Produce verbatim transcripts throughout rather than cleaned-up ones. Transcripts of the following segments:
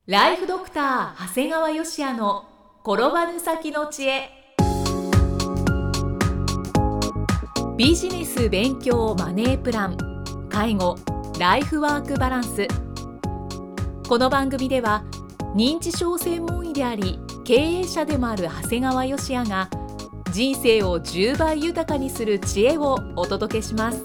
ライフドクター長谷川芳也の転ばぬ先の知恵。ビジネス勉強マネープラン、介護、ライフワークバランス。この番組では認知症専門医であり経営者でもある長谷川芳也が人生をじゅうばい豊かにする知恵をお届けします。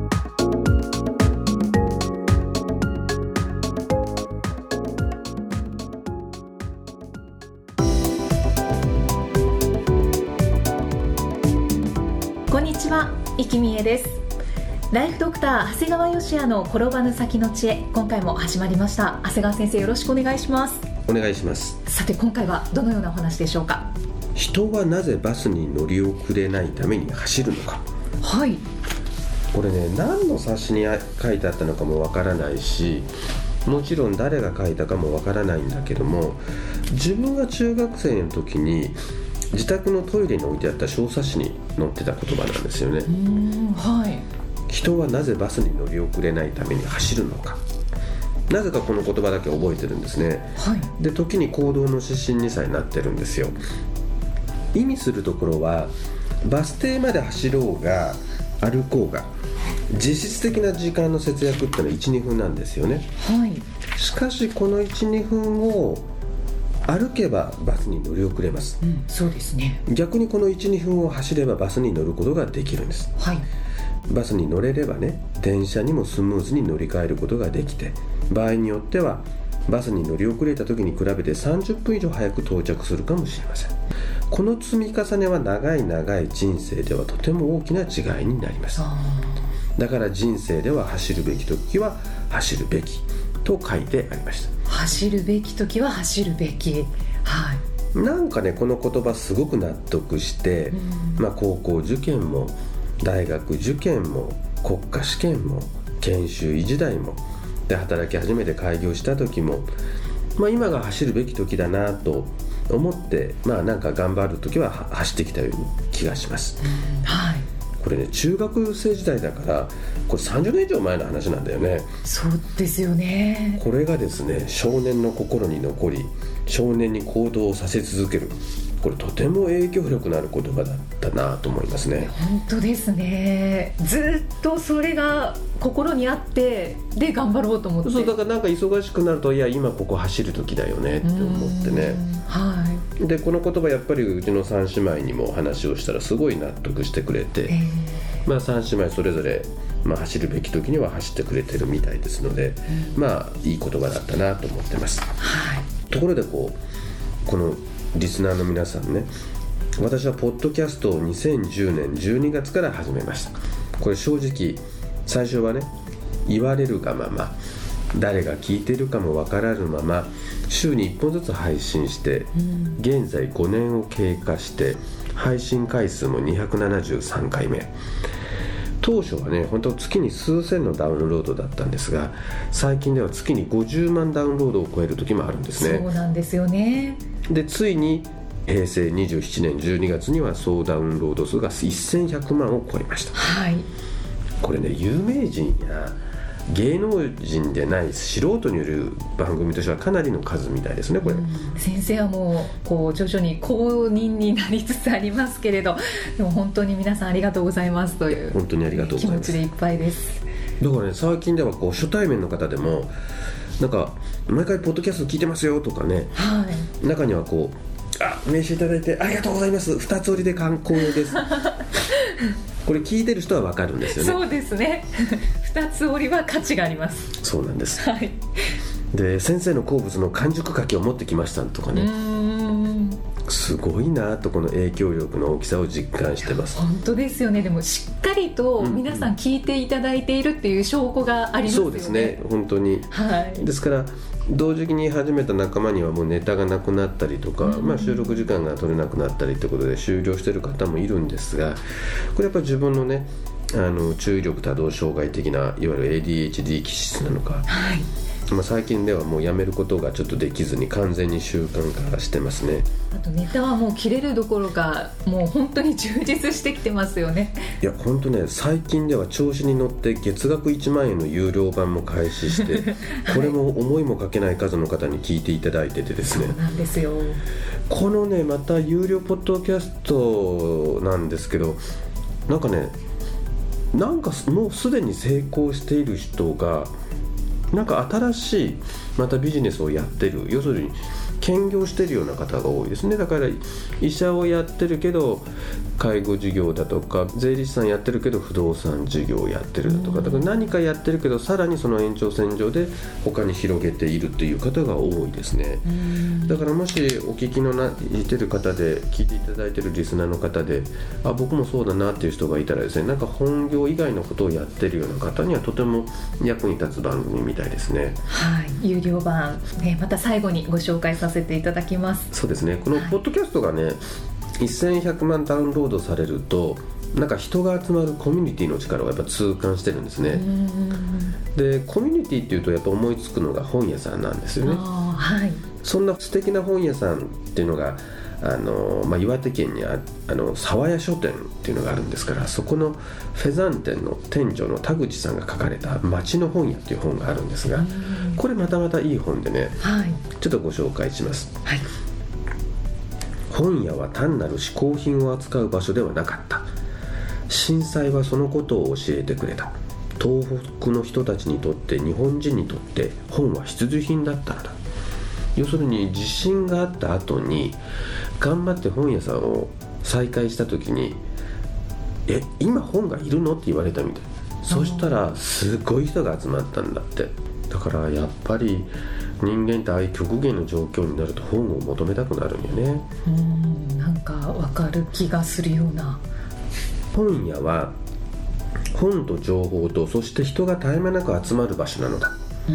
こんにちは、生きみえです。ライフドクター長谷川芳也の転ばぬ先の知恵、今回も始まりました。長谷川先生、よろしくお願いします。 お願いします。 さて、今回はどのようなお話でしょうか。 人はなぜバスに乗り遅れないために走るのか。 はい、 これね、何の冊子に書いてあったのかもわからないし、もちろん誰が書いたかもわからないんだけども、自分が中学生の時に自宅のトイレに置いてあった小冊子に載ってた言葉なんですよね。 うーん、はい、 人はなぜバスに乗り遅れないために走るのか。なぜかこの言葉だけ覚えてるんですね。 はい、 で、時に行動の指針にさえなってるんですよ。意味するところは、バス停まで走ろうが歩こうが実質的な時間の節約ってのはいち、にふんなんですよね。 はい、 しかしこのいち、にふんを歩けばバスに乗り遅れます、 うん、そうですね。 逆にこのいち、にふんを走ればバスに乗ることができるんです。 はい、 バスに乗れればね、電車にもスムーズに乗り換えることができて、場合によってはバスに乗り遅れた時に比べてさんじゅっぷん以上早く到着するかもしれません。この積み重ねは長い長い人生ではとても大きな違いになります。だから人生では走るべき時は走るべきと書いてありました。 走るべき時は走るべき。はい、 なんかね、この言葉すごく納得して、まあ、高校受験も大学受験も国家試験も研修医時代もで、働き始めて開業した時も、まあ、今が走るべき時だなと思って、まあ、なんか頑張る時は走ってきたような気がします。 うん、はい、 これね、中学生時代だからこれさんじゅうねん以上前の話なんだよね。 そうですよね。 これがですね、少年の心に残り少年に行動をさせ続ける、これとても影響力のある言葉だったなと思いますね。 本当ですね。ずっとそれが心にあってで頑張ろうと思って。 そうだから、なんか忙しくなると、いや今ここ走る時だよねって思ってね。 はい、 でこの言葉やっぱりうちの三姉妹にも話をしたらすごい納得してくれて、えーまあ、三姉妹それぞれ、まあ、走るべき時には走ってくれてるみたいですので、うん、まあいい言葉だったなと思ってます。はい、ところでこうこのリスナーの皆さんね、私はポッドキャストをにせんじゅうねんじゅうにがつから始めました。これ正直最初はね、言われるがまま、誰が聞いてるかもわからぬまま週にいっぽんずつ配信して、うん、現在ごねんを経過して配信回数もにひゃくななじゅうさんかいめ。当初はね、本当月に数千のダウンロードだったんですが、最近では月にごじゅうまんダウンロードを超える時もあるんですね。 そうなんですよね。 でついにへいせいにじゅうななねんじゅうにがつには総ダウンロード数がせんひゃくまんを超えました。はい、これね、有名人や芸能人でない素人による番組としてはかなりの数みたいですね。これ、うん、 先生はもう、こう徐々に公認になりつつありますけれど、でも本当に皆さんありがとうございますという本当にありがとうございます気持ちでいっぱいです。 だからね、最近ではこう初対面の方でもなんか毎回ポッドキャスト聞いてますよとかね、はい、中にはこう、あ、名刺いただいてありがとうございます、二つ折りで光栄ですこれ聞いてる人は分かるんですよね。 そうですね二つ折りは価値があります。 そうなんです、 はい、 で先生の好物の完熟柿を持ってきましたとかね、うーん、すごいなと、この影響力の大きさを実感してます。 本当ですよね。でもしっかりと皆さん聞いていただいているっていう証拠がありますよね。 そうですね、本当に、はい、ですから同時期に始めた仲間にはもうネタがなくなったりとか、うんまあ、収録時間が取れなくなったりということで終了している方もいるんですが、これやっぱり自分のね、あの注意力多動障害的ないわゆる エーディーエイチディー 気質なのか、はい、 まあ、最近ではもうやめることがちょっとできずに完全に習慣化してますね。 あとネタはもう切れるどころかもう本当に充実してきてますよね。 いや本当ね、最近では調子に乗って月額いちまんえんの有料版も開始して、はい、これも思いもかけない数の方に聞いていただいててですね。 そうなんですよ。 このねまた有料ポッドキャストなんですけど、なんかねなんかもうすでに成功している人がなんか新しいまたビジネスをやってる、要するに兼業してるような方が多いですね。だから医者をやってるけど介護事業だとか、税理士さんやってるけど不動産事業をやってるだとか、だから何かやってるけどさらにその延長線上で他に広げているという方が多いですね。だからもしお聞きのないてる方で聞いていただいてるリスナーの方で、あ僕もそうだなっていう人がいたらですね、なんか本業以外のことをやってるような方にはとても役に立つ番組みたいですね。 はい、有料版、ね、また最後にご紹介させていただきます。 そうですね、このポッドキャストがね、はい、せんひゃくまんダウンロードされるとなんか人が集まるコミュニティの力をやっぱ痛感してるんですね。でコミュニティっていうとやっぱ思いつくのが本屋さんなんですよね。 あ、はい、 そんな素敵な本屋さんっていうのがあの、まあ、岩手県にああの沢屋書店っていうのがあるんですから、そこのフェザン店の店長の田口さんが書かれた町の本屋っていう本があるんですが、これまたまたいい本でね、はい、ちょっとご紹介します。はい、本屋は単なる嗜好品を扱う場所ではなかった。震災はそのことを教えてくれた。東北の人たちにとって日本人にとって本は必需品だったのだ。要するに地震があった後に頑張って本屋さんを再開した時に、え今本がいるのって言われたみたい。そしたらすごい人が集まったんだって。だからやっぱり人間ってああいう極限の状況になると本を求めたくなるんよね。 うーん、なんかわかる気がするような。 本屋は本と情報とそして人が絶え間なく集まる場所なのだ、うん、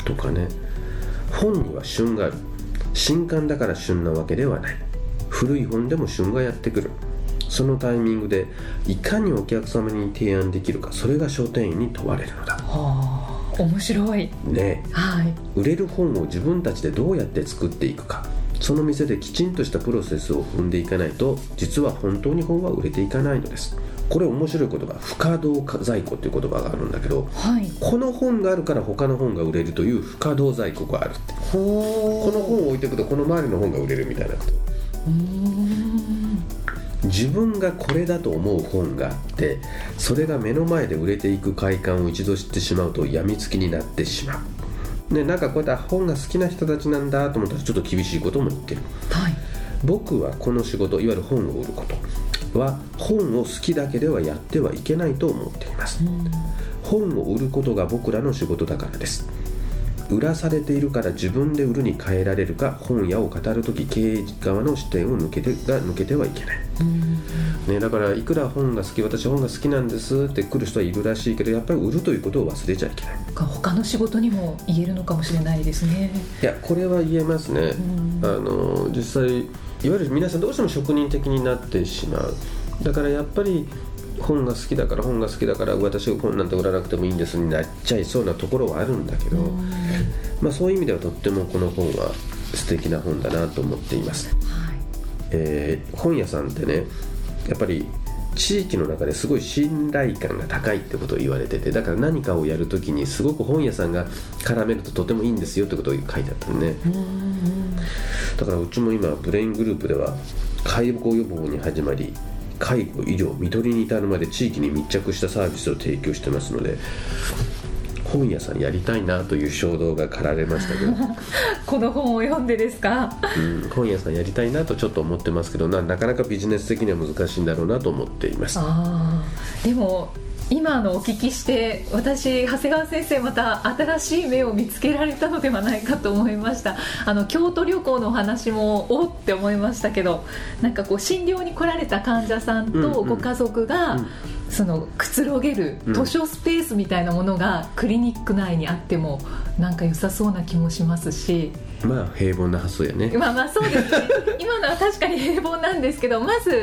とかね。本には旬がある。新刊だから旬なわけではない。古い本でも旬がやってくる。そのタイミングでいかにお客様に提案できるか、それが書店員に問われるのだ。 はあ、面白いね、 はい、 売れる本を自分たちでどうやって作っていくか、その店できちんとしたプロセスを踏んでいかないと、実は本当に本は売れていかないのです。これ面白い言葉、不可動在庫っていう言葉があるんだけど、はい、この本があるから他の本が売れるという不可動在庫があるって。ほこの本を置いていくとこの周りの本が売れるみたいなこと。うーん、自分がこれだと思う本があって、それが目の前で売れていく快感を一度知ってしまうと病みつきになってしまう、ね、なんかこうやって本が好きな人たちなんだと思ったらちょっと厳しいことも言ってる、はい、僕はこの仕事、いわゆる本を売ることは本を好きだけではやってはいけないと思っています。本を売ることが僕らの仕事だからです。売らされているから自分で売るに変えられるか、本屋を語るとき経営側の視点を抜けてが抜けてはいけない、ね、だからいくら本が好き、私本が好きなんですって来る人はいるらしいけど、やっぱり売るということを忘れちゃいけない。 他の仕事にも言えるのかもしれないですね。 いやこれは言えますね。あの実際いわゆる皆さんどうしても職人的になってしまう。だからやっぱり本が好きだから本が好きだから私が本なんて売らなくてもいいんですになっちゃいそうなところはあるんだけど、まあ、そういう意味ではとってもこの本は素敵な本だなと思っています、はい。えー、本屋さんってねやっぱり地域の中ですごい信頼感が高いってことを言われてて、だから何かをやるときにすごく本屋さんが絡めるととてもいいんですよってことを書いてあったのね。だからうちも今ブレイングループでは介護予防に始まり介護、医療、看取りに至るまで地域に密着したサービスを提供してますので、本屋さんやりたいなという衝動が駆られましたけどこの本を読んでですか、 うん、本屋さんやりたいなとちょっと思ってますけど な, なかなかビジネス的には難しいんだろうなと思っています。 あでも今のお聞きして私長谷川先生また新しい目を見つけられたのではないかと思いました。あの京都旅行のお話もおって思いましたけど、なんかこう診療に来られた患者さんとご家族が、うんうん、そのくつろげる図書スペースみたいなものがクリニック内にあってもなんか良さそうな気もしますし、 まあ平凡な発想やね。 まあまあそうですね今のは確かに平凡なんですけど、まず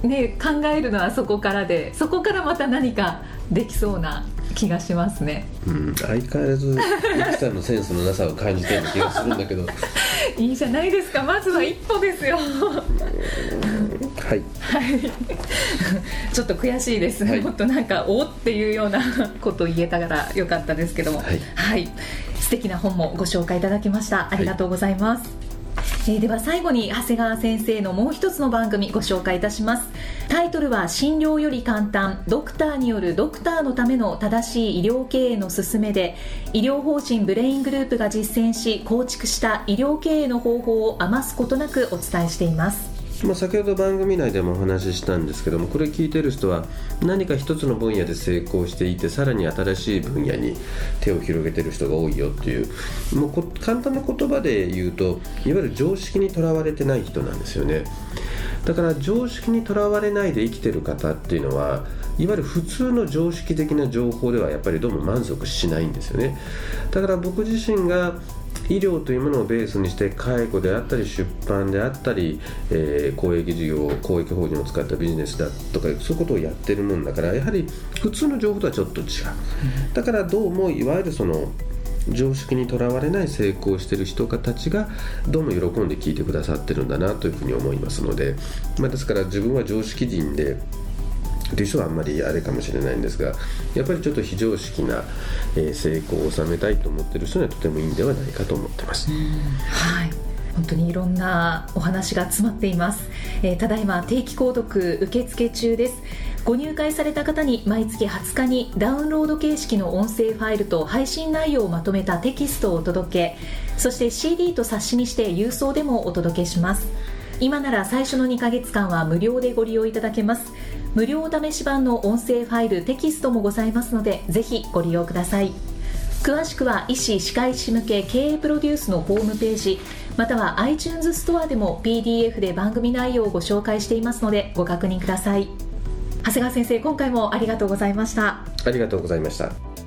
ね、考えるのはそこからで、そこからまた何かできそうな気がしますね、 うん、相変わらずゆきさんのセンスのなさを感じてる気がするんだけどいいじゃないですか、まずは一歩ですよはい、 はい、ちょっと悔しいです、はい、もっとなんかおっていうようなことを言えたからよかったですけども、はい、はい、素敵な本もご紹介いただきました。ありがとうございます、はい。えー、では最後に長谷川先生のもう一つの番組ご紹介いたします。タイトルは診療より簡単、ドクターによるドクターのための正しい医療経営の勧めで、医療法人ブレイングループが実践し構築した医療経営の方法を余すことなくお伝えしています。 まあ、先ほど番組内でもお話ししたんですけども、これ聞いている人は何か一つの分野で成功していて、さらに新しい分野に手を広げている人が多いよっていう、もうこ簡単な言葉で言うと、いわゆる常識にとらわれてない人なんですよね。だから常識にとらわれないで生きている方っていうのは、いわゆる普通の常識的な情報ではやっぱりどうも満足しないんですよね。だから僕自身が医療というものをベースにして、介護であったり出版であったり、えー、公益事業、公益法人を使ったビジネスだとか、そういうことをやってるもんだから、やはり普通の情報とはちょっと違う。だからどうもいわゆるその常識にとらわれない成功している人たちがどうも喜んで聞いてくださってるんだなというふうに思いますので、まあ、ですから自分は常識人でという人はあんまりあれかもしれないんですが、やっぱりちょっと非常識な、えー、成功を収めたいと思っている人にはとてもいいんではないかと思ってます。 はい、本当にいろんなお話が詰まっています、えー、ただいま定期購読受付中です。ご入会された方に毎月はつかにダウンロード形式の音声ファイルと配信内容をまとめたテキストをお届け、そして シーディー と冊子にして郵送でもお届けします。今なら最初のにかげつかんは無料でご利用いただけます。無料試し版の音声ファイル、テキストもございますので、ぜひご利用ください。詳しくは医師・歯科医師向け経営プロデュースのホームページ、または iTunes ストアでも ピーディーエフ で番組内容をご紹介していますので、ご確認ください。長谷川先生、今回もありがとうございました。 ありがとうございました。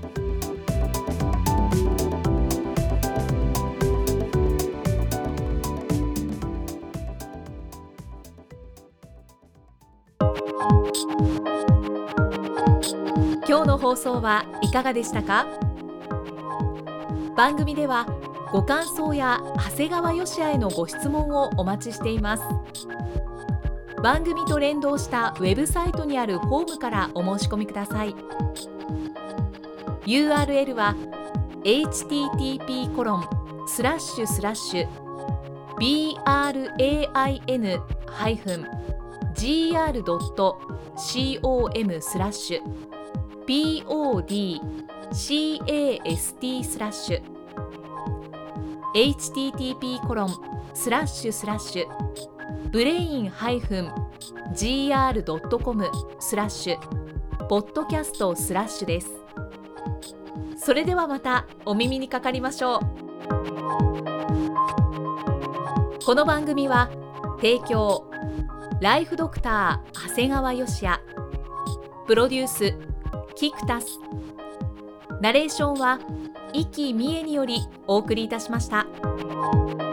今日の放送はいかがでしたか？番組ではご感想や長谷川芳也へのご質問をお待ちしています。番組と連動したウェブサイトにあるフォームからお申し込みください。 ユーアールエル は エイチティーティーピーコロンスラッシュスラッシュビーアールエーアイエヌハイフンジーアールドットコム スラッシュ ピーオーディーシーエーエスティー スラッシュ エイチティーティーピーコロンスラッシュスラッシュブレインハイフンジーアールドットコム スラッシュポッドキャストスラッシュです。それではまたお耳にかかりましょう。この番組は提供ライフドクター長谷川芳也、プロデュースキクタス、ナレーションは生きみえによりお送りいたしました。